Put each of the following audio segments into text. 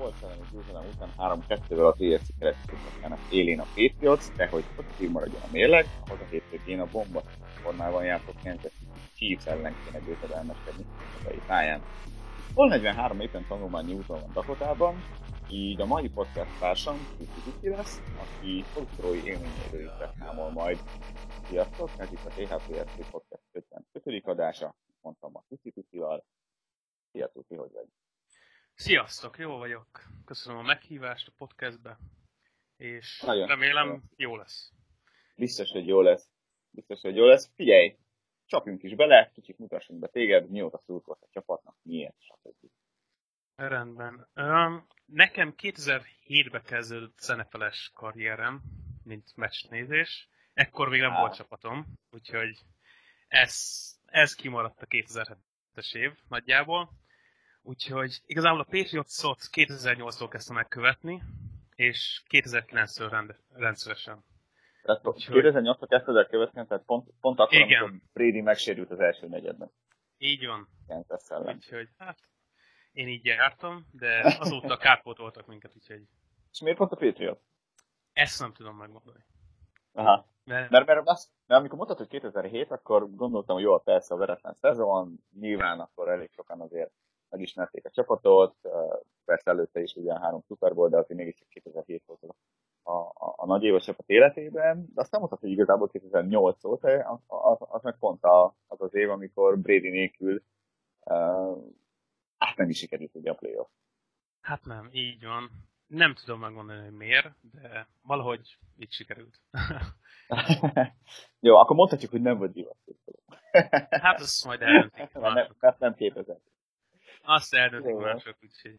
volt elleni győzelem után 3-2-vel a TFC keretcsoportjának élén a Patriots, de hogy pozitív maradjon a mérleg, ahhoz a hétvégén a bomba formában játszott Kansas City Chiefs ellen kéne győzedelmeskedni a helyi pályán. Hol 43 éppen tanulmányi úton van Dakotában, így a mai podcast társam Kriszti lesz, aki foxborough élményeiről is beszámol majd. Sziasztok, ez itt a THPSC Podcast 55. adása, mondtam a Krisztival. Szia Tuti, hogy vagy? Sziasztok, jó vagyok. Köszönöm a meghívást a podcastbe, és Nagyon remélem jó lesz. Biztos, hogy jó lesz. Figyelj, csapjunk is bele, kicsit mutassunk be téged, mióta szurkolsz a csapatnak, miért, stb. Rendben. Nekem 2007-ben kezdődött zenefeles karrierem, mint meccsnézés. Ekkor még nem volt csapatom, úgyhogy ez kimaradt a 2007-es év nagyjából. Úgyhogy igazából a Patriotsot 2008-tól kezdtem megkövetni, és 2009-től rendszeresen. Tehát 2008-tól kezdted el követni, tehát pont akkor, igen. amikor Brady megsérült az első negyedben. Így van. Úgyhogy én így jártam, de azóta kárpótoltak minket, úgyhogy... És miért pont a Patriot? Ezt nem tudom megmondani. Aha. Mert amikor mondtad, hogy 2007, akkor gondoltam, hogy jól persze a veretlen szezon, nyilván akkor elég sokan azért megismerték a csapatot, persze előtte is ugyan 3 Super Bowl, de azért mégiscsak 2007 volt a nagy év a csapat életében, de azt nem mondtad, hogy igazából 2008 óta, az meg pont az év, amikor Brady nélkül nem is sikerült ugye a playoff. Hát nem, így van. Nem tudom megmondani, hogy miért, de valahogy így sikerült. Jó, akkor mondhatjuk, hogy nem vagy divat. Hát azt majd eldöntik mások. Nem képezett. Azt eldöntik mások, úgyhogy...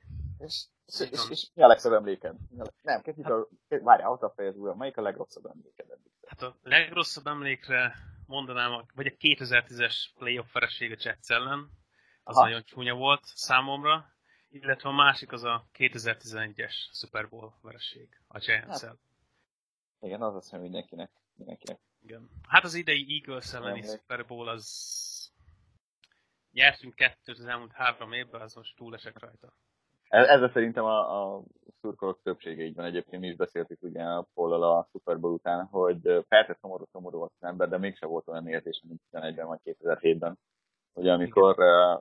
És mi a legszebb emléked? Nem, kezdjük várjál, ott a fejezd újra. Melyik a legrosszabb emléked eddig? Hát a legrosszabb emlékre mondanám, vagy a 2010-es playoff vereség a Jets ellen. Az nagyon csúnya volt számomra. Illetve a másik az a 2011-es Super Bowl vereség a Giants-el. Igen, az azt hiszem mindenkinek. Igen. Hát az idei Eagles elleni Super Bowl az... Nyertünk 2-t az elmúlt 3 évben, az most túlesek rajta. Ez szerintem a szurkolók többsége így van. Egyébként mi is beszéltük ugye a Paul-al a Super Bowl után, hogy persze szomorú volt az ember, de mégse volt olyan érzése, mint 2011-ben vagy 2007-ben. Ugye amikor,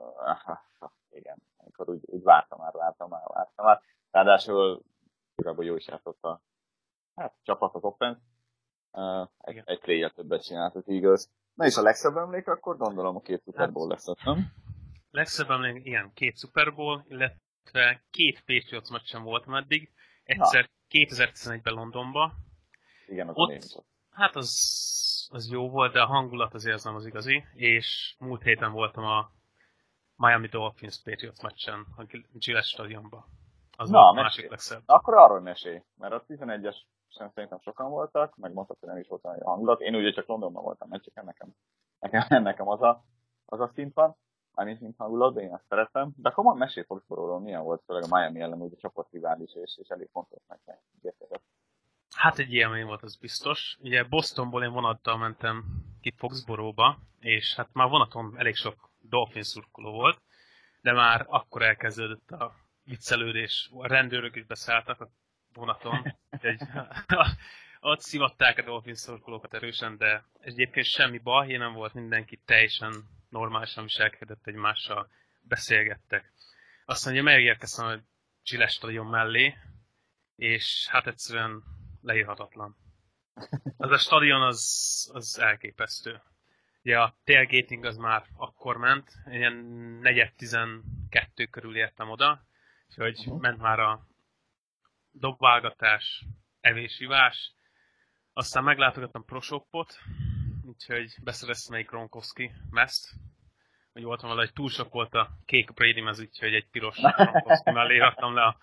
igen, amikor úgy vártam már. Ráadásul igazából jó is játszott a csapat, az offense. Egy play-jel többet csinált az Eagles. Na és a legszebb emlék, akkor gondolom a 2 Super Bowl lesz ott, nem? Legszebb emlék, igen, 2 Super Bowl, illetve 2 Patriots meccsen voltam eddig. Egyszer 2011-ben Londonba. Igen, az ott, hát az jó volt, de a hangulat azért nem az igazi. És múlt héten voltam a Miami Dolphins Patriots meccsen, a Gillette stadionban. Az volt a másik legszebb. Akkor arról mesélj, mert a 11-es sem szerintem sokan voltak, meg mondtad, hogy nem is volt olyan hangulat. Én ugye csak Londonban voltam meccseken, nekem az a szint van, mármint mint hangulat, de én azt szeretem. De akkor mesélj Foxborough-ról, milyen volt, főleg a Miami ellen úgy a csapatrivális, és elég fontos meg. Hát egy élmény volt, az biztos. Ugye Bostonból én vonattal mentem ki Foxborough-ba, és hát már vonaton elég sok Dolphins szurkoló volt, de már akkor elkezdődött a viccelődés. A rendőrök is beszálltak a vonaton, ott szivatták a Dolphins szurkolókat erősen, de egyébként semmi baj, nem volt, mindenki teljesen normálisan viselkedett egymással, beszélgettek. Aztán ugye megérkeztem a Gillette stadion mellé, és hát egyszerűen leírhatatlan. Az a stadion az elképesztő. Ugye a tailgating az már akkor ment, ilyen 4:12 körül értem oda, úgyhogy ment már a dobálgatás, evés-ivás. Aztán meglátogattam ProShopot, úgyhogy beszereztem egy Gronkowski mezt. Úgy voltam vele, hogy túl sok volt a kék Brady mez, úgyhogy egy piros Gronkowski mellé raktam le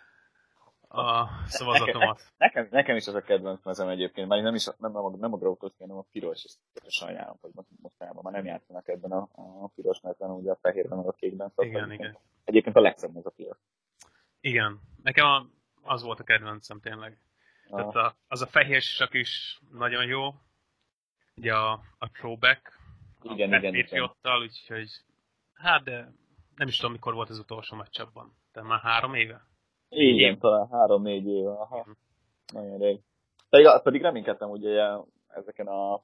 a szavazatomat. Nekem is az a kedvenc mezem egyébként, mert nem a Gronkowski, hanem a piros, és sajnálom, hogy mostanában már nem játszanak ebben a piros mezben, ugye a fehérben, meg a kékben. Igen. Egyébként a legszebb ez a piros. Igen, nekem az volt a kedvencem tényleg. Tehát az a fehér sisak is nagyon jó. Ugye a throwback, igen. Patriottal, úgyhogy hát de nem is tudom mikor volt az utolsó meccs abban. De már 3 éve? Igen, talán 3-4 éve, aha. Nagyon rég. Pedig reménykedtem ugye ezeken a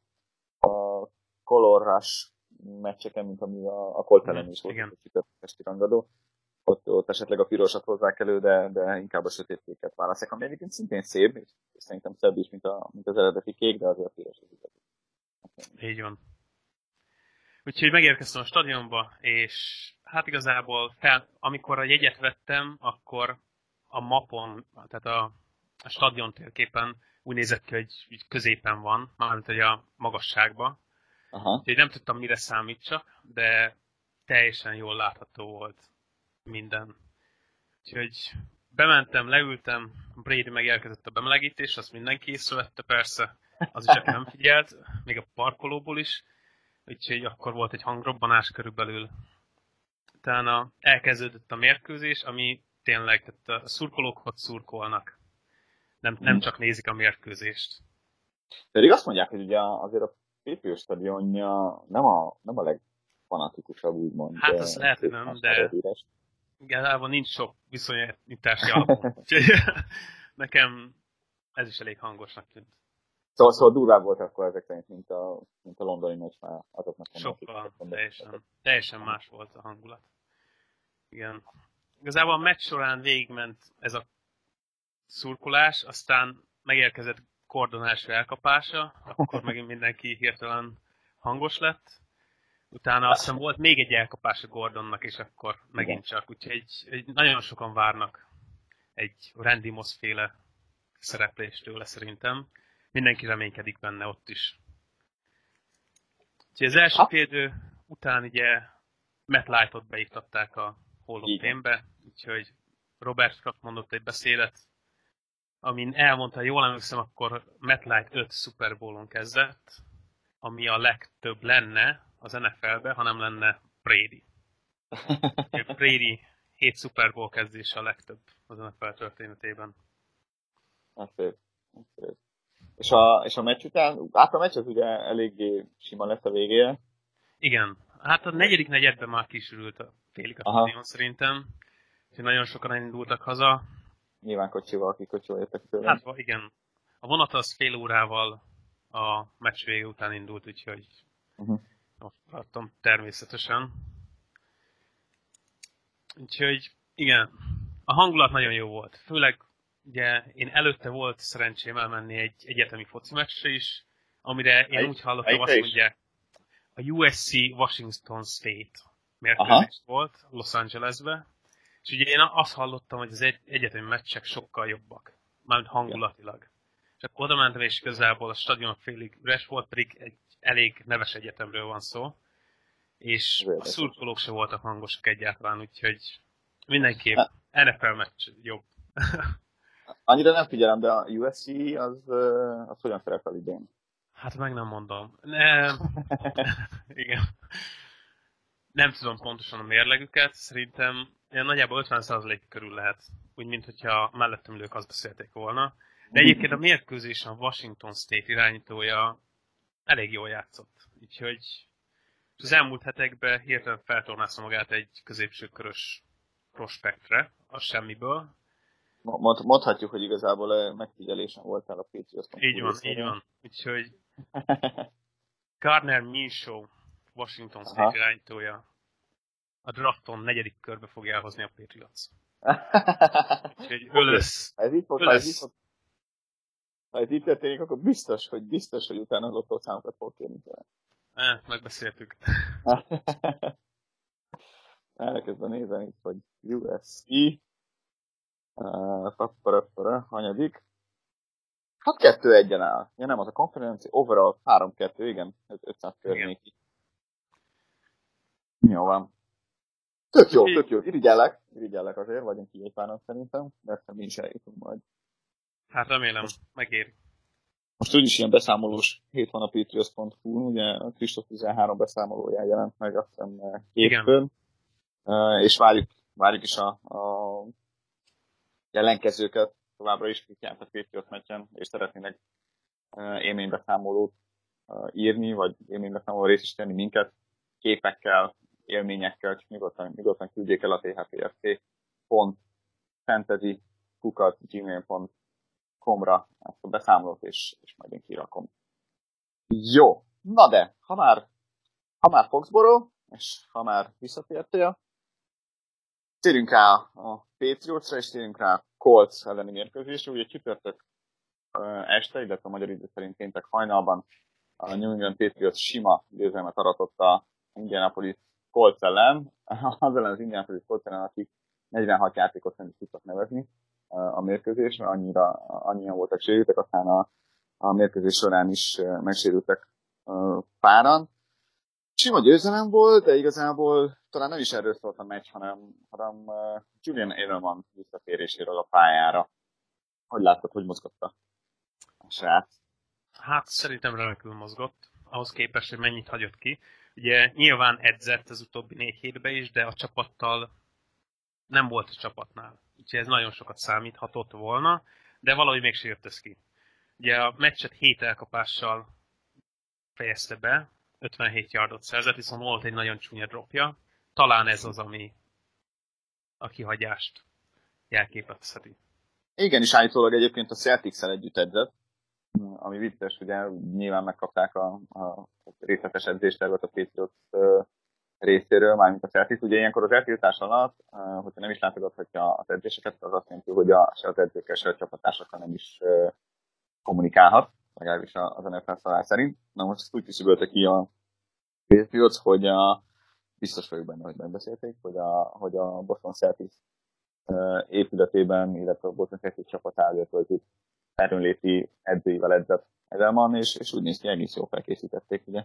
Color Rush meccseken, mint ami a Colt ellen is volt a csütörtökesti rangadó. Ott esetleg a pirosat hozzák elő, de inkább a sötétkéket választják, ami egyébként szintén szép, és szerintem szebb is, mint az eredeti kék, de azért a piros az igazi. Így van. Úgyhogy megérkeztem a stadionba, és hát igazából amikor a jegyet vettem, akkor a mapon, tehát a stadion térképen úgy nézett ki, hogy középen van, mármint hogy a magasságban. Úgyhogy nem tudtam, mire számítsak, de teljesen jól látható volt minden. Úgyhogy bementem, leültem, Brady megérkezett a bemelegítés, azt mindenki észrevette persze, az is, aki nem figyelt, még a parkolóból is. Úgyhogy akkor volt egy hangrobbanás körülbelül. Utána elkezdődött a mérkőzés, ami tényleg, tehát a szurkolók ott szurkolnak. Nem csak nézik a mérkőzést. Pedig azt mondják, hogy ugye azért a Patriot stadionja nem a legfanatikusabb, úgymond. Hát azt lehet, hogy nem, de igazából nincs sok viszonyítási alapon. Úgyhogy nekem ez is elég hangosnak tűnt. Szóval durvább volt akkor ezek szerint, mint a londoni meccs már azoknak. Sokkal, teljesen más volt a hangulat. Igen. Igazából a meccs során végigment ez a szurkolás, aztán megérkezett Gordon első elkapása, akkor megint mindenki hirtelen hangos lett. Utána azt hiszem volt még egy elkapás a Gordonnak, és akkor megint csak. Úgyhogy nagyon sokan várnak egy Randy Moss-féle szereplést tőle szerintem. Mindenki reménykedik benne ott is. Úgyhogy az első félidő után ugye Matt Light-ot beiktatták a Hall of Fame-be, úgyhogy Robert Kraft mondott egy beszédet, amin elmondta, jól emlékszem, akkor Matt Light 5 Super Bowl-on kezdett, ami a legtöbb lenne az NFL-be, ha nem lenne Brady. Brady 7 Super Bowl kezdése a legtöbb az NFL történetében. És a meccs után, a meccs az ugye eléggé sima lesz a végére. Igen, hát a negyedik negyedben már kisürült a félig a stadion szerintem. Úgyhogy nagyon sokan elindultak haza. Nyilván kocsival jöttek tőle. Hát igen. A vonat az fél órával a meccs vége után indult, úgyhogy most tartom természetesen. Úgyhogy igen, a hangulat nagyon jó volt. Főleg ugye én előtte volt szerencsém elmenni egy egyetemi foci meccsre is, amire én úgy hallottam, azt mondják, a USC Washington State mérkőzés volt Los Angelesbe, és ugye én azt hallottam, hogy az egyetemi meccsek sokkal jobbak, mármint hangulatilag. És akkor oda mentem, és igazából a stadion félig üres volt, pedig egy elég neves egyetemről van szó, és a szurkolók se voltak hangosak egyáltalán, úgyhogy mindenképp NFL meccs jobb. Annyira nem figyelem, de a USC az hogyan szerepel idén? Hát meg nem mondom. Igen. Nem tudom pontosan a mérlegüket, szerintem nagyjából 50% körül lehet. Úgy, mint hogyha mellettem ülők azt beszélték volna. De egyébként a mérkőzésen a Washington State irányítója elég jól játszott. Úgyhogy az elmúlt hetekben hirtelen feltornázta magát egy középsőkörös prospektre, a semmiből. Mondhatjuk, hogy igazából megfigyelésen voltál a Patriots-on. Így van. Úgyhogy Gardner Minshew, Washington State irányítója, a drafton 4. körbe fogja elhozni a Patriots. Úgyhogy ő lesz. Ha ez így történik, akkor biztos, hogy utána az lottó számokat fog kérni tőle. Megbeszéltük. Elkezdve nézem itt, hogy USC hanyadik? Hát 2-1-en áll. Ja nem, az a konferencia overall 3-2, igen, 500 környéki. Jó van. Tök jó. Irigyellek azért, vagyunk így egy páran szerintem, de ezt mi is eljutunk majd. Hát remélem, megéri. Most úgyis ilyen beszámolós hét van a Patriots.hu, ugye a Kristóf 13 beszámolóján jelent meg, azt hiszem hétfőn. És várjuk is a jelentkezőket, továbbra is kijárt a Patriots meccsen, és szeretnének élménybeszámolót írni, vagy élménybeszámoló részesíteni minket képekkel, élményekkel, csak nyugodtan küldjék el a thpfc.fantasy kukat.gmail.com-ra ezt a beszámolót, és majd én kirakom. Jó, na de, ha már Foxborough, és ha már visszatértél, térjünk rá a Patriotsra, és térjünk rá a Colts elleni mérkőzésre. Ugye csütörtök este, illetve a magyar idő szerint péntek hajnalban a New England Patriots sima győzelmet aratott a Indianapolis Colts ellen, az ellen az Indianapolis Colts ellen, akik 46 játékot nem is tudtak nevezni a mérkőzésre, annyian voltak sérültek, aztán a mérkőzés során is megsérültek páran. Sima győzelem volt, de igazából talán nem is erről szólt a meccs, hanem Julian Edelman visszatéréséről a pályára. Hogy láttad, hogy mozgott a srác? Hát szerintem remekül mozgott, ahhoz képest, hogy mennyit hagyott ki. Ugye nyilván edzett az utóbbi 4 hétben is, de a csapattal nem volt a csapatnál. Úgyhogy ez nagyon sokat számíthatott volna, de valahogy mégsem jött ez ki. Ugye a meccset 7 elkapással fejezte be, 57 yardot szerzett, viszont volt egy nagyon csúnya dropja. Talán ez az, ami a kihagyást jelképezheti. Igen, és állítólag egyébként a Celtics-el együtt edzett, ami vicces, ugye nyilván megkapták a részletes edzéstervet a Patriots részéről, mármint a Celtics. Ugye ilyenkor az eltiltás alatt, hogyha nem is látogathatja az edzéseket, az azt jelenti, hogy se az edzőkkel, se a csapattársakkal nem is kommunikálhat, legalábbis az NFL szabály szerint. Na most ezt úgy küszöbölte ki a Patriots, hogy biztos vagyok benne, hogy megbeszélték, hogy a Boston Celtics épületében, illetve a Boston Celtics csapatával töltött erőnléti edzőivel edzett Edelman, és úgy néz ki, egész jól felkészítették ugye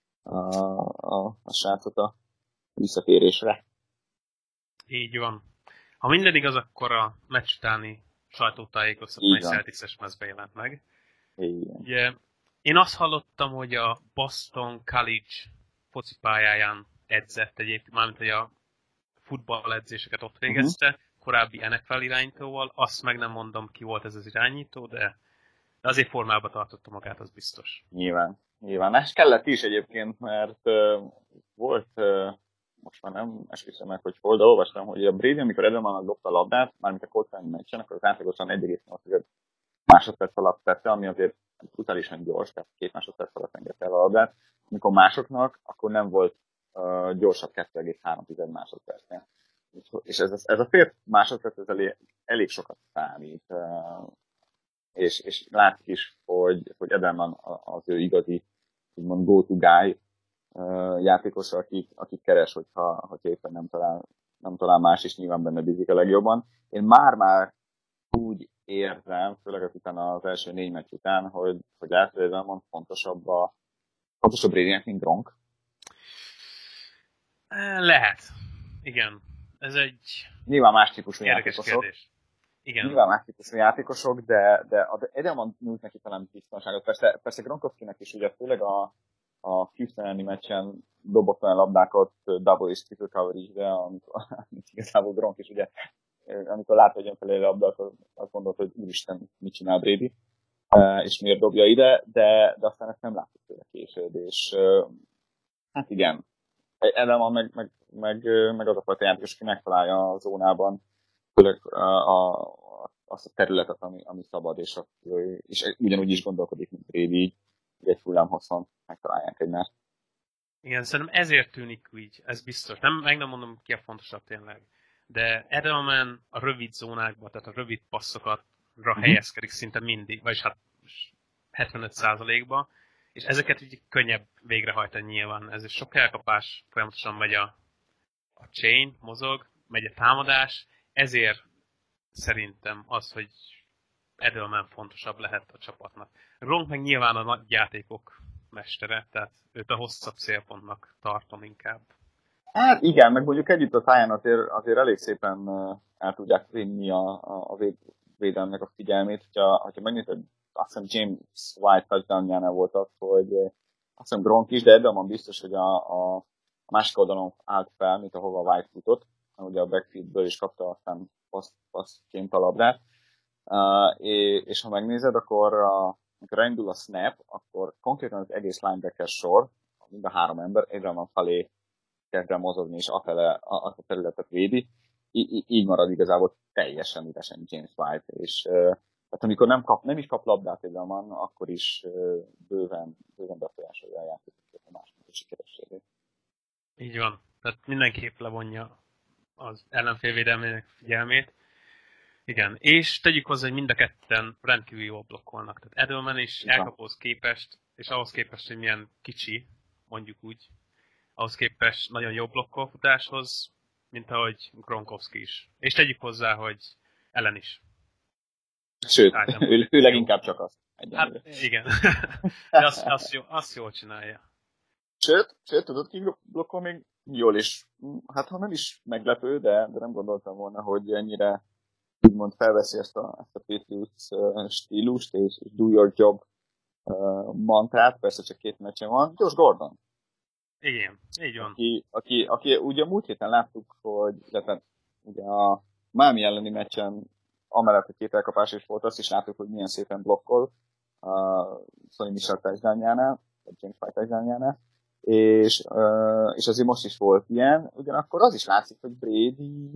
a srácot a visszatérésre. Így van. Ha minden igaz, akkor a meccs utáni sajtótájékoztató egy Celtics-es mezbe jelent meg. Ugye, én azt hallottam, hogy a Boston College focipályáján edzett egyébként, mármint hogy a futballedzéseket ott végezte, korábbi NFL irányítóval, azt meg nem mondom, ki volt ez az irányító, de azért formában tartotta magát, az biztos. Nyilván. És kellett is egyébként, mert volt, most már nem esküszöm meg, hogy hol, de olvastam, hogy a Brady, amikor Edelmannak dobta a labdát, mármint a Colts meccsen, akkor az átlagosan 1,8 másodperc alatt tette, ami azért brutálisan gyors, tehát 2 másodperc alatt engedte el a labdát. Amikor másoknak, akkor nem volt gyorsabb 2,3 másodpercnél. És ez a fél másodperc ez elég sokat számít. És látszik is, hogy Edelman az ő igazi, úgymond go-to guy játékos, akik keres, hogyha éppen nem talál más, és nyilván benne bízik a legjobban. Én már úgy érzem, főleg utána az első 4 meccs után, hogy Edelman fontosabb Bradynek, mint Gronk. Lehet. Igen. Ez egy nyilván más típusú játékosok. Igen. Nyilván más típusú játékosok, de Edelman nyújt neki talán biztonságot. Persze Gronkowskinek is ugye főleg a Houston-i meccsen dobott olyan labdákat double és triple coverage-be, amikor igazából Gronk is ugye, amikor látta, hogy jön felé a labda, akkor azt gondolt, hogy úristen, mit csinál Brady, és miért dobja ide, de aztán ezt nem láttuk tőle később, és hát igen, Edelman meg az a fajta játékos, aki megtalálja a zónában, főleg azt a területet, ami szabad, és ugyanúgy is gondolkodik, mint Brady, így egy hullámhosszon megtalálják egymást. Igen, szerintem ezért tűnik így, ez biztos. Nem mondom, ki a fontosabb tényleg. De Edelman a rövid zónákba, tehát a rövid passzokatra helyezkedik szinte mindig, vagyis hát 75%-ba, és ezeket így könnyebb végrehajtani nyilván. Ez sok elkapás, folyamatosan megy a chain, mozog, megy a támadás, ezért szerintem az, hogy Edelman fontosabb lehet a csapatnak. Gronk meg nyilván a nagy játékok mestere, tehát őt a hosszabb célpontnak tartom inkább. Hát igen, meg mondjuk együtt a pályán azért elég szépen el tudják vinni a védelmnek a figyelmét. Hogyha megnézed, azt hiszem James White touchdownjánál volt az, hogy azt hiszem Gronk is, de Edelman biztos, hogy a másik oldalon állt fel, mint ahova White futott. Ugye a backfieldből is kapta aztán passzként a labdát. És ha megnézed, akkor amikor elindul a snap, akkor konkrétan az egész linebacker sor, mind a 3 ember Edelman felé kezd el mozogni, és afele azt a területet védi. így marad igazából teljesen üresen James White, és tehát amikor nem is kap labdát egy van, akkor is bőven befolyásolja a játékot a másnak a sikerességét. Így van. Tehát mindenképp levonja az ellenfél védelmének figyelmét. Igen, és tegyük hozzá, hogy mind a ketten rendkívül jól blokkolnak. Tehát Edelman is elkapóhoz képest, és ahhoz képest, hogy milyen kicsi, mondjuk úgy, ahhoz képest nagyon jó blokkolfutáshoz, mint ahogy Gronkowski is. És tegyük hozzá, hogy Ellen is. Sőt, ő leginkább csak azt. Hát igen, de azt jól csinálja. Sőt, tudod ki blokkol még jól is. Hát ha nem is meglepő, de nem gondoltam volna, hogy ennyire úgymond felveszi ezt a Patriots stílust, és do your job mantrát, persze csak 2 meccsen van, Josh Gordon. Igen, így van. Aki ugye múlt héten láttuk, hogy ugye a Miami elleni meccsen amellett, hogy 2 elkapás is volt, azt is láttuk, hogy milyen szépen blokkol a Sonny Michel touchdownjánál, vagy James White touchdownjánál, és azért most is volt ilyen, ugyanakkor az is látszik, hogy Brady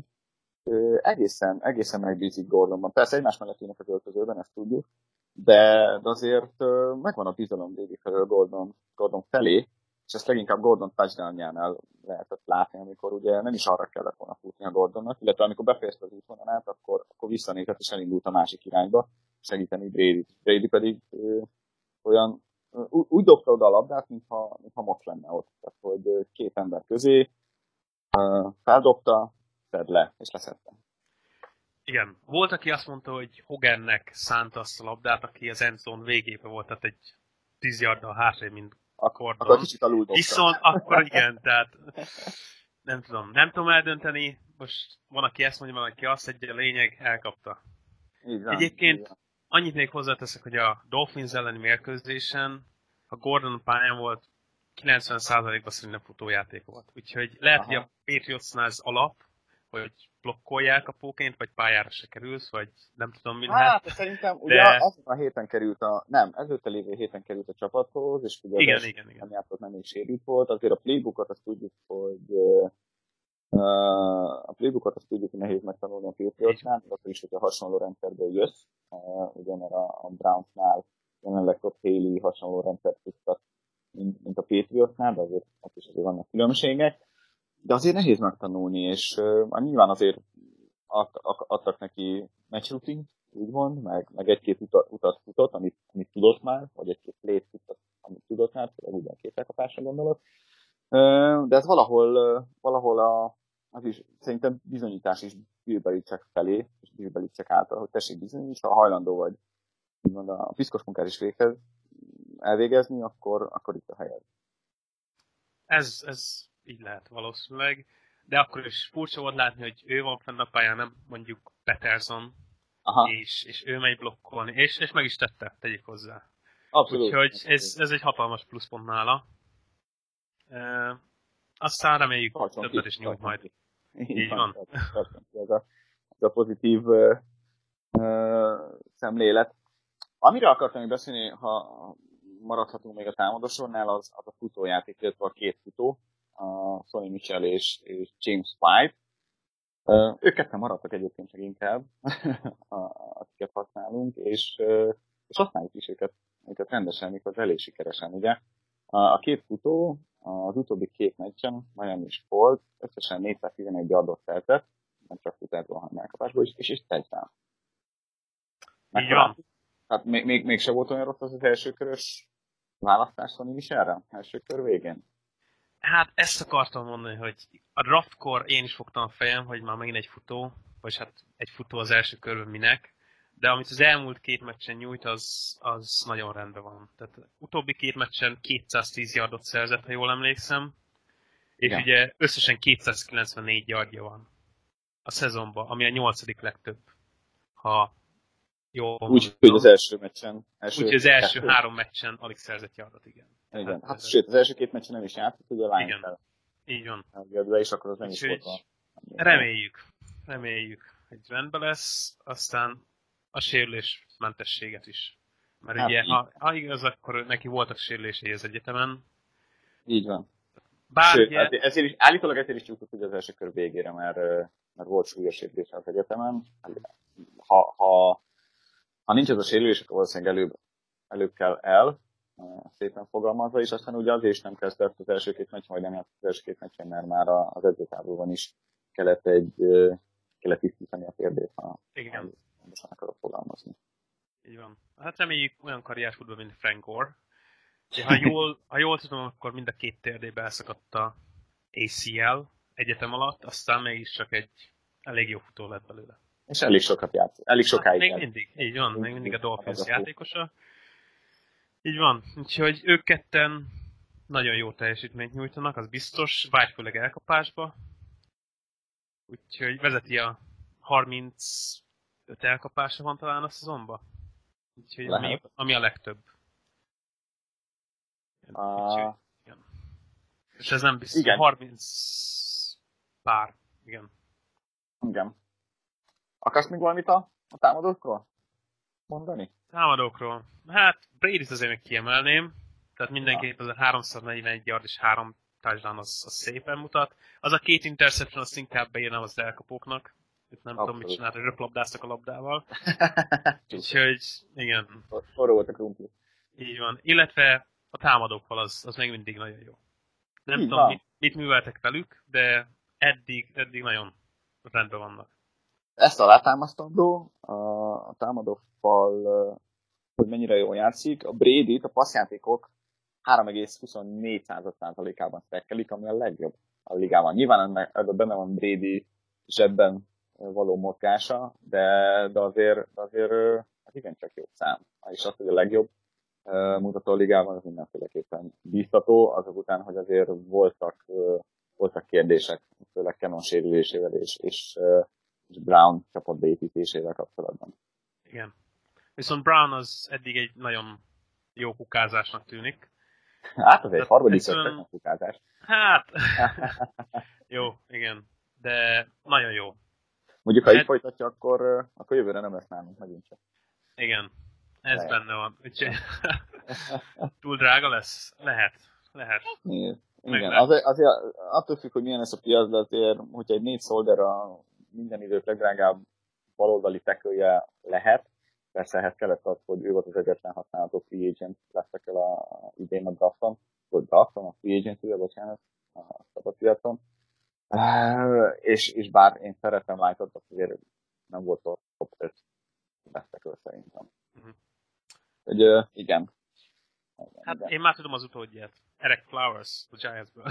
egészen megbízik Gordonban. Persze egymás mellett ülnek az öltözőben, ezt tudjuk, de azért megvan a bizalom Brady felől Gordon felé, és ezt leginkább Gordon touchdownjánál lehetett látni, amikor ugye nem is arra kellett volna futni a Gordonnak, illetve amikor befejezte az útvonalát, akkor visszanézett és elindult a másik irányba segíteni Brady-t. Brady pedig olyan úgy dobta oda a labdát, mintha most lenne ott. Tehát, hogy 2 ember közé feldobta, szed le, és leszedte. Igen. Volt, aki azt mondta, hogy Hogannek szánta azt a labdát, aki az endzone végébe volt, tehát egy 10 yarddal hátrébb, mint Gordon. Akkor kicsit alul dobta. Viszont akkor igen, tehát nem tudom eldönteni. Most van, aki ezt mondja, van, aki azt, egy a lényeg elkapta. Egyébként annyit még hozzáteszek, hogy a Dolphins elleni mérkőzésen, ha Gordon pályán volt, 90%-ban szerintem futójáték volt. Úgyhogy lehet, hogy a Patriotsnál ez alap, hogy blokkolják a póként, vagy pályára se kerülsz, vagy nem tudom mi lehet. Hát szerintem ugye azon a héten került előtte lévő héten került a csapathoz, és ugye igen. Nem játszott, nem is sérült volt. Azért a playbookot azt tudjuk, hogy nehéz megtanulni a Patriotsnál, akkor is, hogyha hasonló rendszerből jössz, ugye mert a Brownsnál jelenleg Todd Haley hasonló rendszert futtat, mint a Patriotsnál, de azért vannak különbségek. De azért nehéz megtanulni, és nyilván azért adtak neki match routine, úgymond, meg egy-két utat futott, amit tudott már, vagy egy-két play futott, amit tudott már, például ugyan 2 elkapásra gondolok. De ez valahol az is szerintem bizonyítás is Bill Belichick felé, és Bill Belichick által, hogy tessék bizonyítani, ha hajlandó vagy úgymond a piszkos munkát is véghez elvégezni, akkor itt a helyed. Ez így lehet valószínűleg, de akkor is furcsa volt látni, hogy ő van fenn a pályán, nem mondjuk Peterson, és ő megy blokkolni, és meg is tette, tegyük hozzá. Abszolút. Úgyhogy ez egy hatalmas pluszpont nála. Aztán reméljük többet is nyújt majd. Így van. Ez a pozitív szemlélet. Amire akartam beszélni, ha maradhatunk még a támadósornál, az a futójáték, illetve a 2 futó, a Sonny Michel és James White. Ők ketten maradtak egyébként leginkább, akiket használunk, és használjuk is őket rendesen, mikor elég sikeresen, ugye. A 2 futó az utóbbi 2 meccsen, Miami is volt, összesen 411 yardot feltett, nem csak futásból, hanem elkapásból is, és touchdown. Így van. Hát még se volt olyan rossz az első körös választás Sonny Michelre? Első kör végén? Hát ezt akartam mondani, hogy a draftkor én is fogtam a fejem, hogy már megint egy futó, vagy hát egy futó az első körben minek, de amit az elmúlt 2 meccsen nyújt, az nagyon rendben van. Tehát utóbbi 2 meccsen 210 yardot szerzett, ha jól emlékszem, és ugye összesen 294 yardja van a szezonban, ami a 8. legtöbb, ha jól úgy, hogy az első meccsen. Úgyhogy az első 3 meccsen alig szerzett yardot, igen. Hát sőt, az első 2 meccsen nem is játszott, ugye a Lions-tel. Így van. És akkor az nem is volt. Reméljük, hogy rendben lesz, aztán a sérülésmentességet is. Mert ugye, ha igaz, akkor neki voltak sérülései az egyetemen. Így van. Bár Sőt, ugye... állítólag ezért is csúszott ugye az első kör végére, mert volt súlyos sérülése az egyetemen. Ha nincs ez a sérülés, akkor valószínűleg előbb kell el, szépen fogalmazva, és aztán ugye azért is nem kezdett az első két meccs, majdnem játszott az első két meccsen, mert már az edzőtáborban is kellett tisztítani a térdét, ha most akarok fogalmazni. Így van. Hát reméljük olyan karriers futball, mint Frank Gore. Ha jól tudom, akkor mind a két térdébe elszakadt a ACL egyetem alatt, aztán mégis csak egy elég jó futó lett belőle. És elég sokat játszott. Elég sokáig. Még mindig, így van, még mindig a Dolphins játékosa. Így van, úgyhogy ők ketten nagyon jó teljesítményt nyújtanak, az biztos, vágy főleg elkapásba. Úgyhogy vezeti a 35 elkapása van talán a szezonban. Úgyhogy ami a legtöbb. Úgyhogy, igen. És ez nem biztos, igen. 30 pár, igen. Igen. Akarsz még valamit a támadókról mondani? Támadókról. Hát Brady-t azért még kiemelném. Tehát mindenképp az a 341 yard és 3 touchdown az szépen mutat. Az a 2 interception azt inkább beírnám az elkapóknak. Itt nem tudom, mit csinálni, hogy röplabdáztak a labdával. Úgyhogy, igen. Forró volt a krumpli. Így van. Illetve a támadókkal az még mindig nagyon jó. Nem tudom, mit műveltek velük, de eddig nagyon rendben vannak. Ezt alátámasztandó, a támadófal, hogy mennyire jól játszik. A Brady-t a passzjátékok 3,24%-ában stekkelik, ami a legjobb a ligában. Nyilván ebben benne van Brady zsebben való mozgása, de azért hát igencsak jó szám. És az, hogy a legjobb mutató a ligában, az mindenféleképpen bíztató, azok után, hogy azért voltak kérdések, főleg Cannon sérülésével és Brown csapat beépítésével kapcsolatban. Igen. Viszont Brown az eddig egy nagyon jó kukázásnak tűnik. Hát azért harmadik a kukázás. Hát, jó, igen. De nagyon jó. Mondjuk, ha így folytatja, akkor jövőre nem lesz nálunk megint csak. Igen, ez benne van. Úgyhogy túl drága lesz? Lehet. Igen, azért attól függ, hogy milyen lesz a piac, de azért, hogyha egy 4 Solder a minden idők legdrágább baloldali tekője lehet, persze ehhez kellett az, hogy ő volt az egyetlen használható free agent lettek el idén a drafton, a free agent bocsánat, a szabadpiacon. És bár én szeretem Light-ot, azért nem volt top 5 vesztekről szerintem. Hogy igen. Hát igen. Én már tudom az utódját. Eric Flowers, a Giantsből.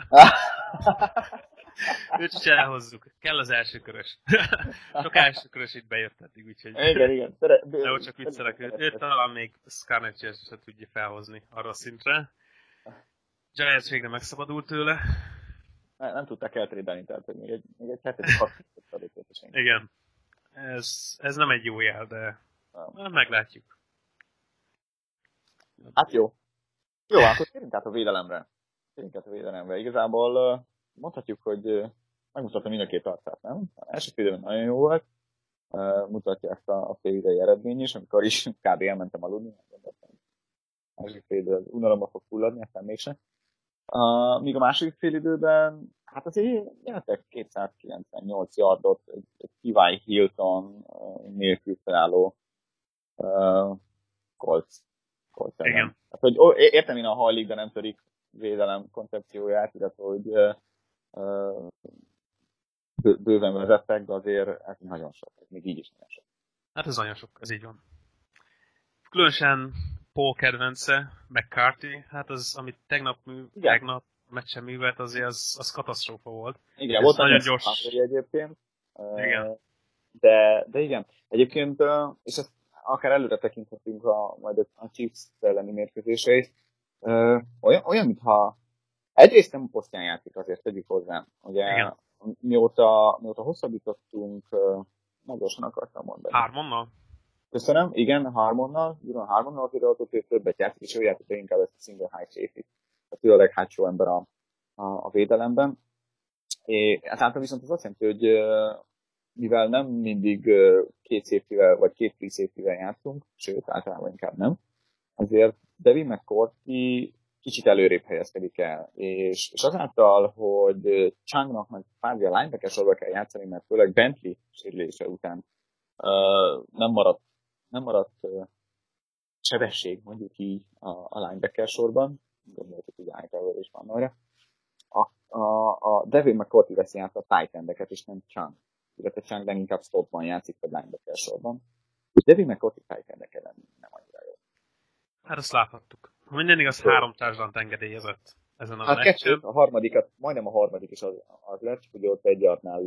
Őt is elhozzuk. Kell az elsőkörös. Sok elsőkörös itt bejött eddig, úgyhogy... Igen. De ott csak viccelek. Őt talán még Scarnett se tudja felhozni arra a szintre. Giants végre megszabadult tőle. Nem tudták eltrédelni, tehát hogy még egy hetedik hasonlót. Igen. Ez nem egy jó jel, de meglátjuk. Hát jó. Jó, akkor térjünk át a védelemre. Igazából mondhatjuk, hogy megmutatta mind a két arcát, nem? Az első félidőben nagyon jó volt. Mutatja ezt a félidei eredmény is, amikor is kb. Elmentem aludni. Első félidő az unalomba fog fulladni, aztán mégsem. Míg a második félidőben, hát azért nyertek 298 yardot, egy T.Y. Hilton nélkül felálló Colts. Igen. Hát, hogy értem én a hajlik, de nem törik védelem koncepcióját, illetve hogy bőven vezettek, de azért ez nagyon sok, ez még így is nagyon sok. Hát ez nagyon sok, ez így van. Különösen Paul kedvence, McCarthy, hát az, amit tegnap meccsen művelt, azért az katasztrófa volt. Igen, volt nagyon gyors egyébként. Igen. De igen, egyébként, és ezt akár előre tekinthetünk majd a Chiefs elleni mérkőzéseit, olyan, mintha egyrészt nem posztján játszik, azért tegyük hozzá. Ugye, mióta hosszabbítottunk, gyorsan akartam mondani. Harmonnal? Köszönöm, igen, Harmonnal azért adott, hogy többet játszik, és ő játszik inkább ezt a single high safety. Tehát ő a leghátsó ember a védelemben. Ezáltal viszont az azt jelenti, hogy mivel nem mindig két safety-vel, vagy két free safety-vel játszunk, sőt, általában inkább nem, azért Devin McCourty kicsit előrébb helyezkedik el. És azáltal, hogy Changnak meg kvázi a linebacker sorba kell játszani, mert főleg Bentley sérülése után nem maradt sebesség, mondjuk így a linebacker sorban, gondoltuk, hogy Hightower is van arra. A Devin McCourty veszi át a tight endeket, és nem Chang. Illetve Chang inkább slotban játszik, vagy linebacker sorban. És Devin McCourty tight endek ellen nem annyira jó. Hát azt láthattuk. Minden igaz, 3 touchdown engedélyezett ezen a Hát meccsen. a harmadikat, majdnem a harmadik is az lett, hogy ott egy yardnál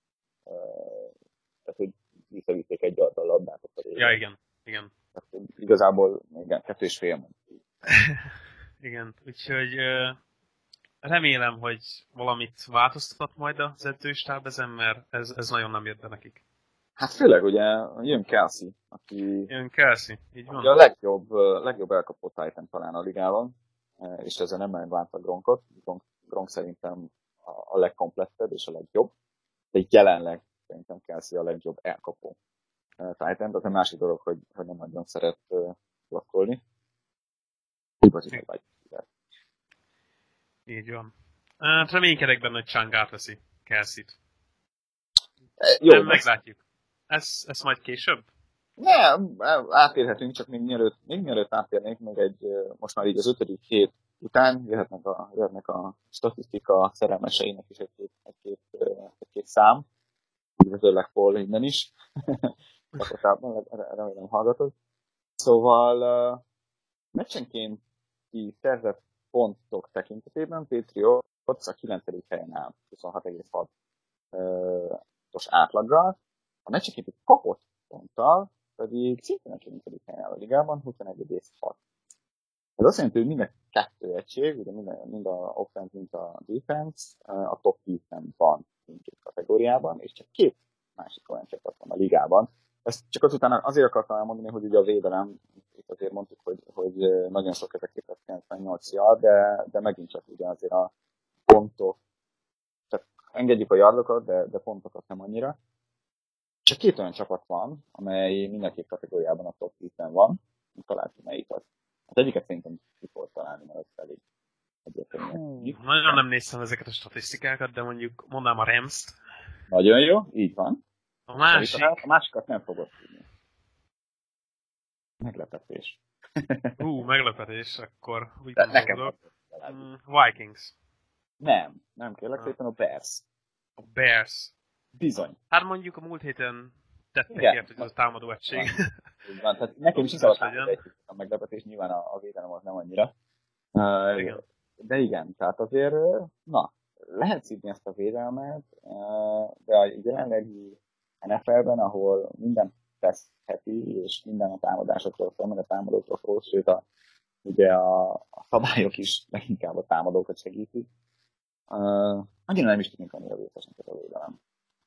tehát hogy visszavitték egy yarddal labdát. Ja, igen. Tehát, igazából igen, 2,5 mondjuk. Igen, úgyhogy remélem, hogy valamit változtat majd az edzőstáb ezen, mert ez nagyon nem jött be nekik. Hát főleg ugye jön Kelsey, aki így van. A legjobb elkapott Titan talán a ligában, és ezzel nem megválta Gronkot. Gronk szerintem a legkomplettebb és a legjobb, de jelenleg szerintem Kelsey a legjobb elkapó Titan, de az a másik dolog, hogy nem nagyon szeret blokkolni. Így van. Hát reménykedek benne, hogy Chang átveszi Kelsey-t. Jó, nem meglátjuk. Ez majd később? Nem, átérhetünk, csak még mielőtt átérnénk, még most már így az 5. hét után jöhetnek a statisztika szerelmeseinek is egy-két szám, üdvözöllek Paul innen is, Lakotában, remélem hallgatod. Szóval meccsenként szerzett pontok tekintetében Patriots a 9. helyen áll, 26,6-os átlaggal. A meccsenként kapott ponttal pedig szintén a 9. helyen áll a ligában, 21,6. Ez azt jelenti, hogy mind a 2 egység, ugye mind a offense, mind a defense a top 10-ben van mindkét kategóriában, és csak 2 másik olyan csapat van a ligában. Ezt csak azután azért akartam elmondani, hogy ugye a védelem, itt azért mondtuk, hogy nagyon sok ez a 298 yard, de megint csak ugye azért a pontok, tehát engedjük a yardokat, de pontokat nem annyira. Csak 2 olyan csapat van, amely mind a 2 kategóriában a top 10-ben van, találtuk melyik az. Az egyiket szerintem ki fogod találni, mert az elég egyértelmű. Nagyon nem néztem ezeket a statisztikákat, de mondjuk mondanám a Rams-t. Nagyon jó, így van. A másikat nem fogod tudni. Meglepetés. Meglepetés, akkor úgy gondolok. Vikings. Nem kérlek szépen, a Bears. A Bears. Bizony. Hát mondjuk a múlt héten tettek ért, hogy ez a támadó egység. Így van, tehát nekem is a meglepetés, nyilván a védelem az nem annyira. Igen. De igen, tehát azért, lehet szívni ezt a védelmet, de a jelenlegi NFL-ben, ahol minden teszheti, és minden a támadásokról szól, meg a támadókról szól, sőt ugye a szabályok is leginkább a támadókat segítik. Annyira nem is tudunk annyira vészesen a védelem.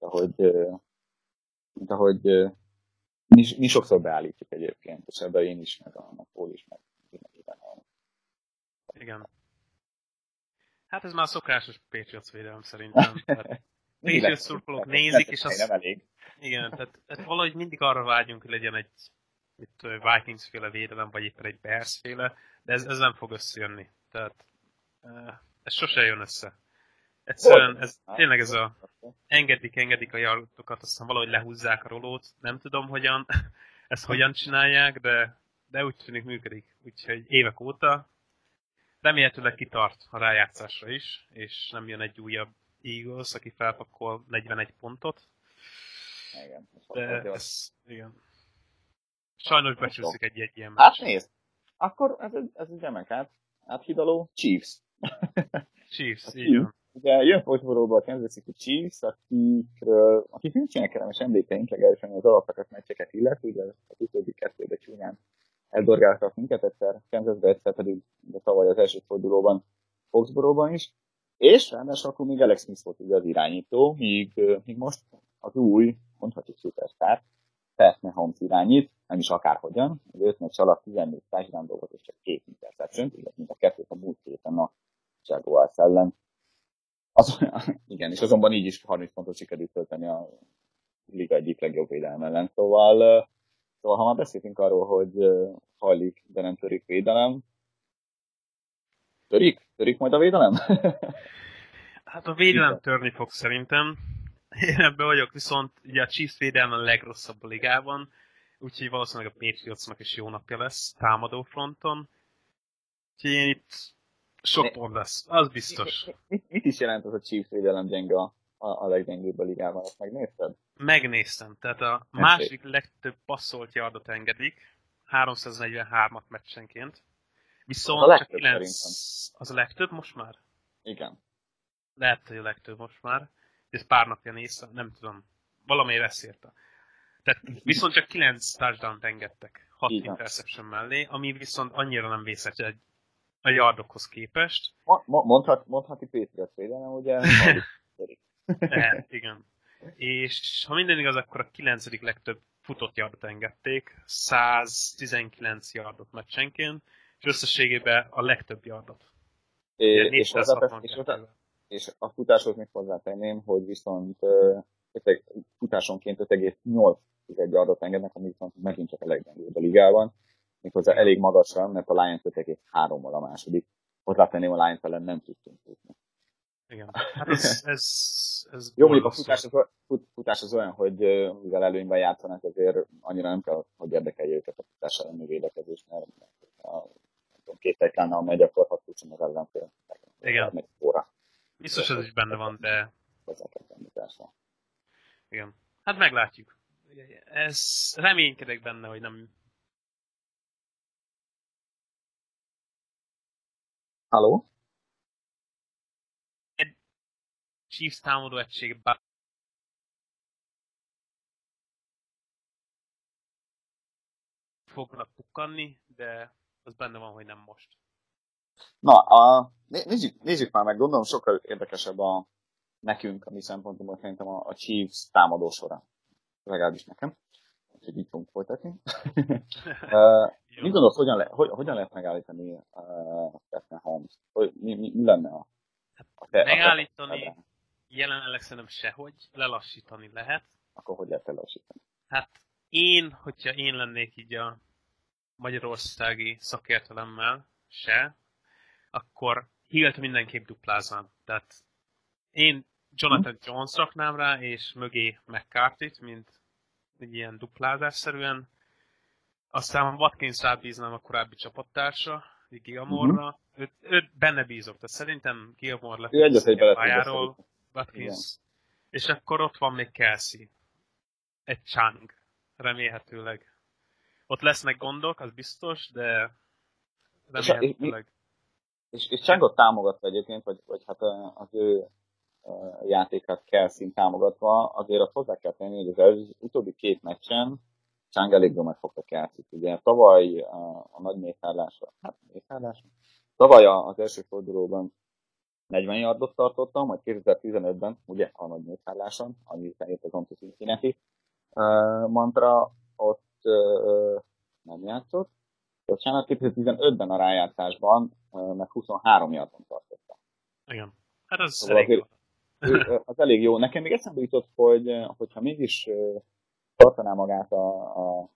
Mint ahogy mi sokszor beállítjuk egyébként, és ebben én is, meg a Paul is, meg mindenkiben. Igen. Hát ez már szokásos Patriots védelem szerintem. Patriots szurkolók nézik, és az... Nem elég. Igen, tehát valahogy mindig arra vágyunk, hogy legyen egy Vikings-féle védelem, vagy éppen egy Bears-féle, de ez nem fog összejönni. Tehát ez sose jön össze. Egyszerűen tényleg ez a engedik a yardokat, aztán valahogy lehúzzák a rolót. Nem tudom, ezt hogyan csinálják, de úgy tűnik működik. Úgyhogy évek óta remélhetőleg kitart a rájátszásra is, és nem jön egy újabb Eagles, aki felpakol 41 pontot. Igen. De igen. Sajnos becsúszik egy ilyen meccs. Hát nézd, akkor ez egy remek áthidaló Chiefs. Chiefs, így van. Ugye jön Foxborough-ba a Kansas City Chiefs, akik nincsenek kellemes emlékeink, legalábbis az alapakat meccseket illet, ugye az utóbbi 2-be csúnyán eldorgáltak minket, egyszer Kansasbe, egyszer pedig tavaly az első fordulóban Foxborough-ban is. És ráadásul akkor még Alex Smith volt ugye az irányító, míg most az új, mondhatjuk szupersztár, Pat Mahomes irányít, nem is akárhogyan, az 5 meccs alatt 14 touchdown dolgot és csak 2 interception, illetve mind a 2 a múlt héten a Jaguars ellen. Igen, és azonban így is 30 pontot sikerült tölteni a liga egyik legjobb védelem ellen. Szóval ha már beszéltünk arról, hogy hajlik, de nem törik védelem, Törik majd a védelem? Hát a védelem törni fog szerintem. Én ebben vagyok, viszont ugye a Chiefs védelme a legrosszabb a ligában, úgyhogy valószínűleg a Patriotsnak is jó napja lesz támadó fronton. Úgyhogy én itt sok pont lesz, az biztos. Mit is jelent az a Chiefs védelem gyenge a leggyengébb a ligában? Ezt megnézted? Megnéztem, tehát a második legtöbb passzolt yardot engedik, 343-at meccsenként. Viszont csak 9... Az a legtöbb most már? Igen. Lehet, hogy a legtöbb most már. Ez pár napja néztem, nem tudom. Valamiért ezt írta. Tehát viszont csak 9 touchdown-t engedtek 6 interception mellé, ami viszont annyira nem vészes a yardokhoz képest. Mondhatni Patriots védelem, ugye? Igen. És ha minden igaz, akkor a 9. legtöbb futott yardot engedték, 119 yardot meccsenként, és összességében a legtöbb yardot. És a futáshoz még hozzátenném, hogy viszont futásonként 5,8 yardot engednek, ami viszont megint csak a leggyengébb a ligában. Méghozzá elég magasra, mert a Lions 5,3-mal a második. Hozzátenném, a Lions ellen nem tudtunk futni. Igen. Hát ez jó, mondjuk a futás az olyan, hogy mivel előnyben játszanak, azért annyira nem kell, hogy érdekelje őket a futás elleni védekezés, mert két tejtlánnal megy, akkor 6 futson az ellenfél. Igen. Biztos ez is benne van, de... Igen. Hát meglátjuk. Ez reménykedek benne, hogy nem... Halló? Chiefs támadó egység fognak pukkanni, de az benne van, hogy nem most. Na, nézzük már meg, gondolom sokkal érdekesebb nekünk, a mi szempontunkból szerintem a Chiefs támadó sora. Legalábbis nekem. Úgyhogy így fogunk folytatni. Mit gondolsz, hogyan lehet megállítani Patrick Mahomes? Mi lenne a megállítani jelenleg szerintem sehogy, lelassítani lehet. Akkor hogy lehet lelassítani? Hát hogyha én lennék így a magyarországi szakértelemmel akkor Hillt mindenképp dupláznám. Tehát én Jonathan Jones raknám rá, és mögé McCarthy-t, mint egy ilyen duplázásszerűen. Aztán Watkins rábíznám a korábbi csapattársa, Gilmore-ra. Őt benne bízok, tehát szerintem Gilmore lefűzik a pályáról, Watkins. És akkor ott van még Kelsey. Egy Chang, remélhetőleg. Ott lesznek gondok, az biztos, de remélhetőleg. És Changot támogatva egyébként, vagy hát az ő játékát Kelsey támogatva, azért azt hozzá kell tenni, hogy az utóbbi 2 meccsen Chang elég jól megfogta Kelsey-t. Ugye tavaly a nagy mészárlásra, tavaly az első fordulóban 40 yardot tartottam, majd 2015-ben, ugye a nagy mészárláson, ami után jött az Onto Cincinnati mantra, ott nem játszott. Bocsánat, 2015-ben a rájátszásban meg 23 yardon tartotta. Igen. Hát az elég jó. Az elég jó. Nekem még eszembe jutott, hogyha mégis tartaná magát a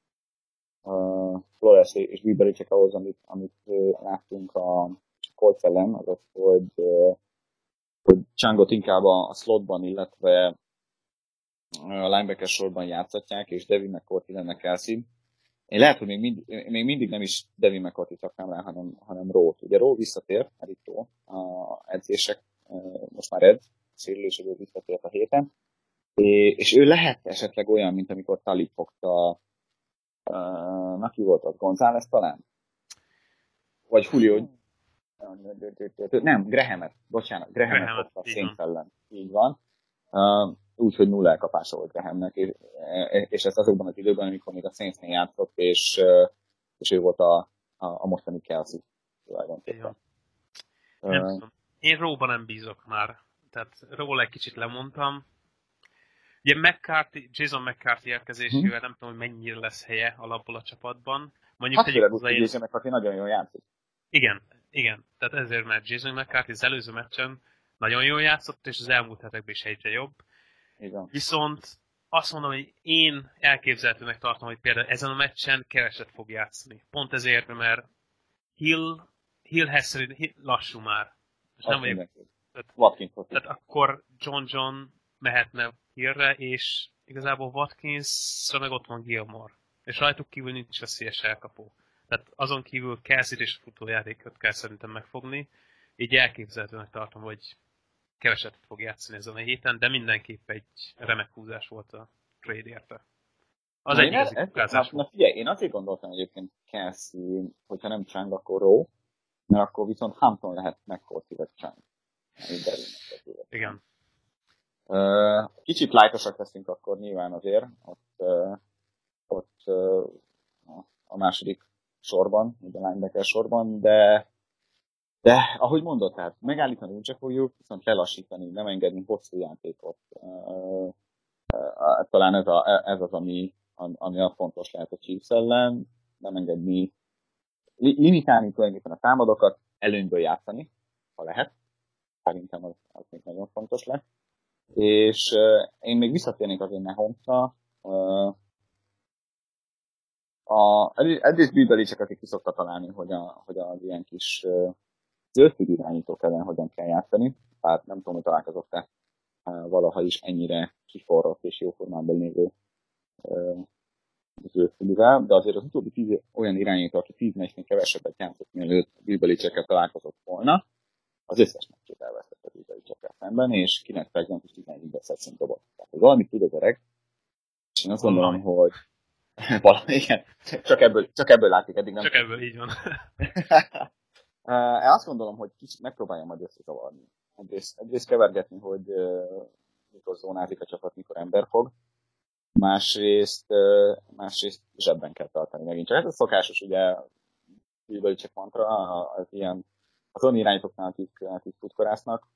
Flores és Biebericek ahhoz, amit láttunk a Colts ellen, az az, hogy Changot inkább a slotban, illetve a linebacker sorban játszatják, és Devin McCourty lenne Kelsey. Én lehet, hogy még mindig nem is Devin McCourty szaknám rá, hanem Rowe-t. Ugye Rowe visszatért, mert itt Rowe a edzések, most már edz, sérüléséből visszatért a héten, és ő lehet esetleg olyan, mint amikor Talib fogta, ki volt az, González talán? Vagy Julio? Nem, Grahamet fogta a Saints ellen. Így van. Úgyhogy 0 elkapása volt Grahamnek, és ez azokban az időben, amikor még a Saintsnél játszott, és ő volt a mostani Kelsey tulajdonképpen. Nem tudom. Én Rowe-ban nem bízok már. Tehát Rowe-ra egy kicsit lemondtam. Ugye Jason McCarthy érkezésével nem tudom, hogy mennyire lesz helye alapból a csapatban. Mondjuk Jason McCarthy nagyon jól játszik. Igen. Tehát ezért, mert Jason McCarthy az előző meccsen nagyon jól játszott, és az elmúlt hetekben is egyre jobb. Igen. Viszont azt mondom, hogy én elképzelhetőnek tartom, hogy például ezen a meccsen keveset fog játszani. Pont ezért, mert Hill Hill lassú már. És nem vagyok, tehát akkor John mehetne Hillre, és igazából Watkinsra meg ott van Gilmore. És rajtuk kívül nincs veszélyes elkapó. Tehát azon kívül Kelsey és a futójátékot kell szerintem megfogni. Így elképzelhetőnek tartom, hogy keveset fog játszani ezen a héten, de mindenképp egy remek húzás volt a trade érte. Az egy igazi kukázás volt. Figyelj, én azért gondoltam egyébként Kelsey, hogyha nem Chang, akkor Rowe, mert akkor viszont Hampton lehet McCourty vagy Chang. Igen. Kicsit lájtosak leszünk akkor nyilván azért, ott a második sorban, a linebacker sorban, de ahogy mondod, tehát megállítani úgyse fogjuk, viszont lelassítani, nem engedni hosszú játékot. Talán ez az, ami a fontos lehet a Chiefs ellen, nem engedni, limitálni tulajdonképpen a támadókat, előnyből játszani, ha lehet. Szerintem az még nagyon fontos lesz. És én még visszatérnék azért Mahomesra. Egyrészt Bill csak aki ki szokta találni, hogy az ilyen kis zöldfű irányítók ellen hogyan kell játszani. Hát nem tudom, hogy találkozott-e valaha is ennyire kiforrott és jó formában lévő zöldfűvel, de azért az utóbbi 10 olyan irányító, aki 10 meccsnél kevesebbet játszott, mielőtt Bill Belichickkel találkozott volna, az összes meccsét elvesztette Bill Belichickkel szemben, és 9 percben is 11 interception dobott. Tehát valamit tud az öreg, és én azt gondolom, hogy igen, csak ebből látszik, eddig nem. Csak ebből, így van. Én azt gondolom, hogy kicsit megpróbáljam majd összezavarni. Egyrészt kevergetni, hogy mikor zónázik a csapat, mikor ember fog. Másrészt zsebben kell tartani megint. Csak ez a szokásos, ugye, csak mantra, az ilyen azon irányítóknál, akik futkorásznak,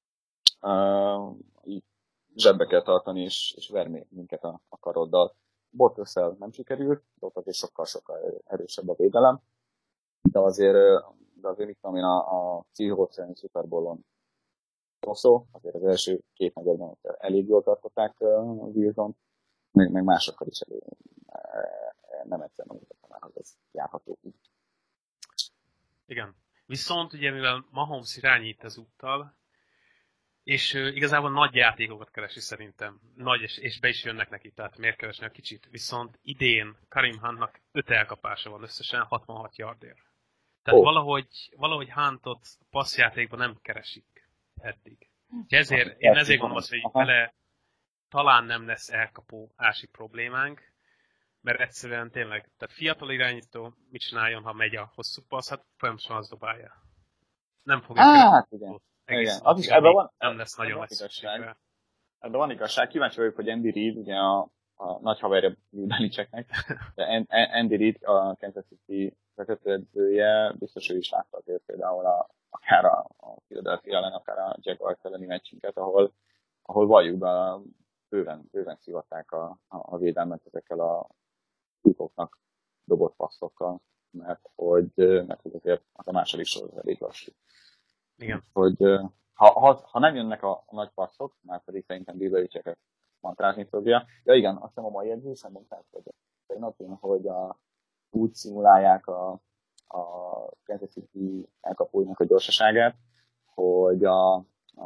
így zsebbe kell tartani, és verni minket a karoddal. Bortősszel nem sikerült, de ott azért sokkal erősebb a védelem. De azért mit tudom én, a Seahawks elleni Super Bowl-on Rosszó, azért az első 2 negyedben elég jól tartották a Wilson, meg másokkal is elég nem egyszer mondottam már, hogy ez járható úgy. Igen. Viszont ugye, mivel Mahomes irányít ezúttal, és igazából nagy játékokat keresi szerintem. Nagy, és be is jönnek neki, tehát miért keresni a kicsit. Viszont idén Kareem Huntnak 5 elkapása van összesen 66 yardért. Tehát valahogy Huntot passzjátékban nem keresik eddig. Én ezért gondolom, hogy vele talán nem lesz elkapóási problémánk, mert egyszerűen tényleg, tehát fiatal irányító mit csináljon, ha megy a hosszú passz, hát folyamatosan az dobálja. Nem fogja igen. Az is, ebben van, nem lesz nagyon igazság. Ebben van igazság. Kíváncsi vagyok, hogy Andy Reid, ugye a nagy haverja Belichicknek, de Andy Reid, a Kansas City vezetőedzője, biztos ő is látta azért például akár a Philadelphia ellen, akár a Jaguars elleni meccsinket, ahol valljuk be, bőven szivatták a védelmet ezekkel a kutóknak dobott passzokkal, mert hogy azért a második sor elég lassú. Igen. Hogy ha nem jönnek a nagy passzok, már pedig szerintem Bill Belichick mantrázni fogja. Ja igen, azt hiszem a mai edzésen mondták, hogy úgy szimulálják a Kansas City elkapóinak a gyorsaságát, hogy a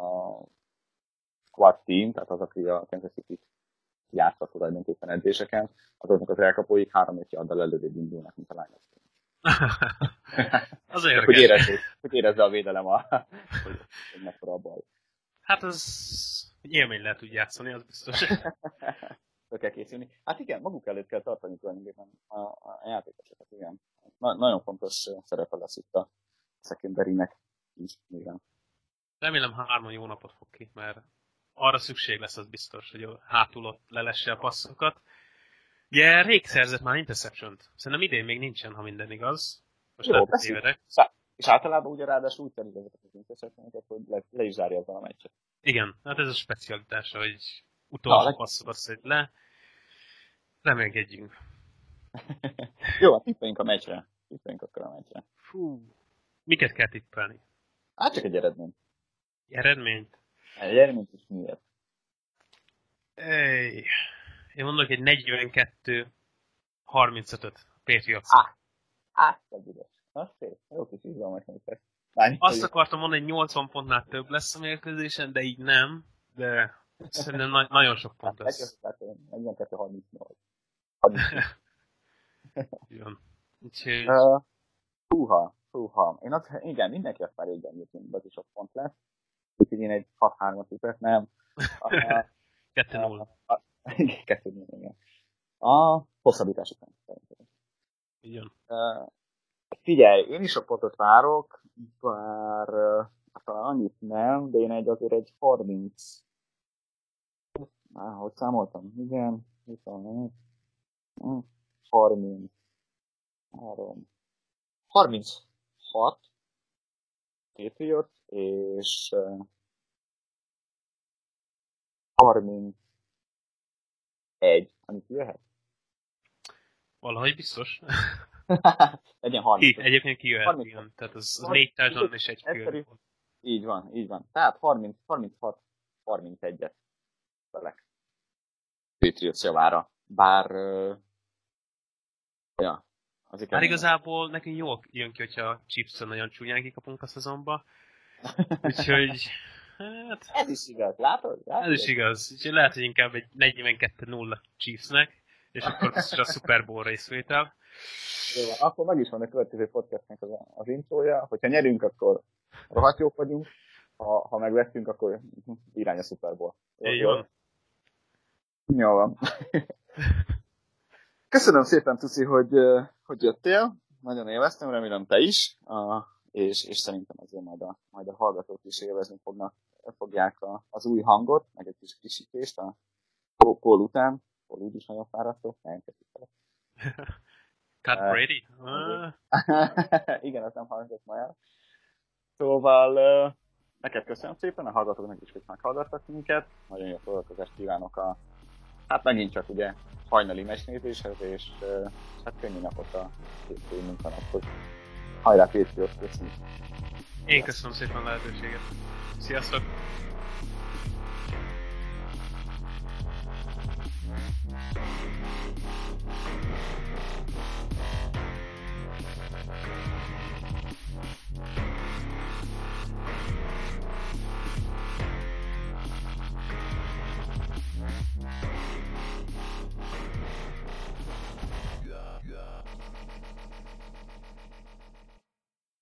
quad team, tehát az, aki a Kansas City játszott tulajdonképpen edzéseken, azoknak az elkapóik 3-5 yarddal előrébb indulnak, mint a Lions. Az érdekes. Hogy érezze a védelem, hogy mekkora a baj. Hát az élmény lehet úgy játszani, az biztos. Fel kell készülni. Hát igen, maguk előtt kell tartani tulajdonképpen a játékosokat, igen. Nagyon fontos szerepe lesz itt a secondary-nek is, igen. Remélem 3 jó napot fog ki, mert arra szükség lesz, az biztos, hogy hátul ott lelesse a passzokat. Ugye rég szerzett már interception-t. Szerintem idén még nincsen, ha minden igaz. Most jó, tévedek. És általában ugye ráadásul úgy tenni ezeket az interception-eket, hogy le is zárja azzal a meccset. Igen, hát ez a specialitása, hogy utolsó passzokat szed le. Remélkedjünk. Jó, hát tippeljünk a meccsre. Fú, miket kell tippelni? Hát csak egy eredményt. Eredményt? Egy eredményt is miért? Én mondok egy 42-35-öt Patriots. Ez ügyes. Na szép, jó kis izgalmas meccs. Azt akartam mondani, hogy 80 pontnál több lesz a mérkőzésen, de így nem. De szerintem nagyon sok pont lesz. 42-38. Jön. Úgyhogy... Húha. Igen, mindenki azt már régben jutunk, az is sok pont lesz. Úgyhogy én egy 6-3-at ütök, nem. 2-0. 2-0, igen. A hosszabbítás után szerintem. Igen. Figyelj, én is a pontot várok, bár talán annyit nem, de én azért egy 30... Hogy számoltam? Igen, 25, 33, 36 Patriot, és 31, amit jöhet? Valahogy biztos. Legyen 30. Egyébként kijöhet, igen. Tehát az 4 touchdown és egy field. Így van. Tehát 36-31-et velek. Patriots javára. Bár... Ja. Már igazából nekünk jól jön ki, hogyha Chiefs-től nagyon csúnyán kikapunk a szezonba. Úgyhogy... Hát, ez is igaz, látod? Ez is igaz. Úgyhogy lehet, hogy inkább egy 42-0 Chiefsnek, és akkor biztos a Super Bowl részvétel. Jó, akkor meg is van a következő podcastnek az intója. Hogyha nyerünk, akkor rohadt jók vagyunk. Ha megveszünk, akkor irány a Super Bowl. Jó van. Köszönöm szépen, Tuszi, hogy jöttél. Nagyon élveztem, remélem te is. És szerintem azért majd a hallgatók is élvezni fogják az új hangot, meg egy kis kisítést a Paul után. Paul úgy is nagyon fáradtó. Cut Brady? Igen, azt nem hallgatott ma el. Szóval neked köszönöm szépen, a hallgatóknak is, hogy meghallgattak minket. Nagyon jó szórakozást kívánok hát megint csak ugye hajnali meccsnézéshez, és hát könnyű napot a hétfői munkanaphoz. Hajrá Patriots, köszönjük! Én köszönöm szépen a lehetőséget. Sziasztok!